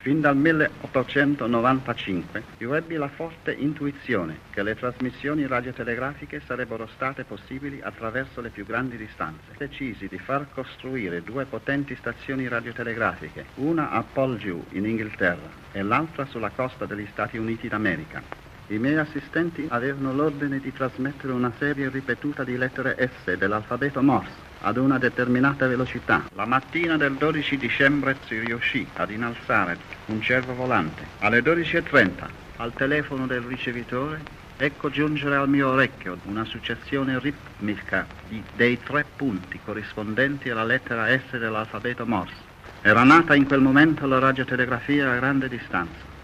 Fin dal 1895 io ebbi la forte intuizione che le trasmissioni radiotelegrafiche sarebbero state possibili attraverso le più grandi distanze. Decisi di far costruire due potenti stazioni radiotelegrafiche, una a Poldhu in Inghilterra e l'altra sulla costa degli Stati Uniti d'America. I miei assistenti avevano l'ordine di trasmettere una serie ripetuta di lettere S dell'alfabeto Morse ad una determinata velocità. La mattina del 12 dicembre si riuscì ad innalzare un cervo volante. Alle 12:30, al telefono del ricevitore, ecco giungere al mio orecchio una successione ritmica dei 3 punti corrispondenti alla lettera S dell'alfabeto Morse. Era nata in quel momento la radiotelegrafia a grande distanza.